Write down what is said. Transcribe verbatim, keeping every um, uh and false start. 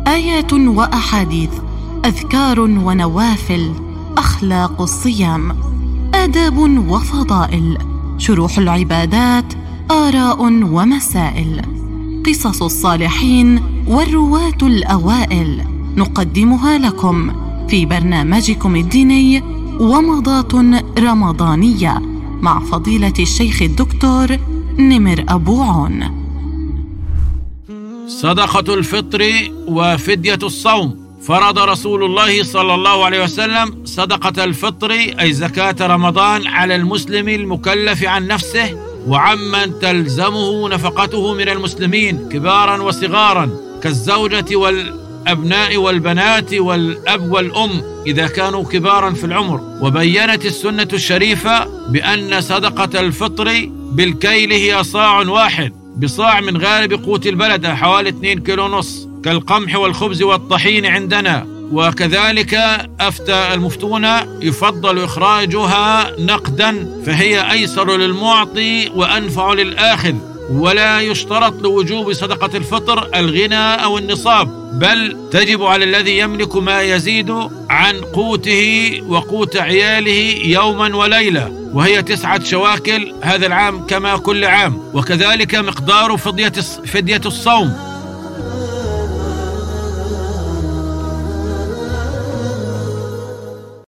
آيات وأحاديث، أذكار ونوافل، أخلاق الصيام، آداب وفضائل، شروح العبادات، آراء ومسائل، قصص الصالحين والرواة الأوائل، نقدمها لكم في برنامجكم الديني ومضات رمضانية مع فضيلة الشيخ الدكتور نمر أبو عون. صدقة الفطر وفدية الصوم. فرض رسول الله صلى الله عليه وسلم صدقة الفطر أي زكاة رمضان على المسلم المكلف عن نفسه وعمن تلزمه نفقته من المسلمين كبارا وصغارا كالزوجة والأبناء والبنات والأب والأم إذا كانوا كبارا في العمر. وبينت السنة الشريفة بأن صدقة الفطر بالكيل هي صاع واحد بصاع من غالب قوت البلد حوالي اثنين كيلو ونص كالقمح والخبز والطحين عندنا. وكذلك أفتى المفتون يفضل إخراجها نقدا فهي أيسر للمعطي وأنفع للآخذ، ولا يشترط لوجوب صدقة الفطر الغنى أو النصاب، بل تجب على الذي يملك ما يزيد عن قوته وقوت عياله يوما وليلة، وهي تسعة شواكل هذا العام كما كل عام. وكذلك مقدار فدية فدية الصوم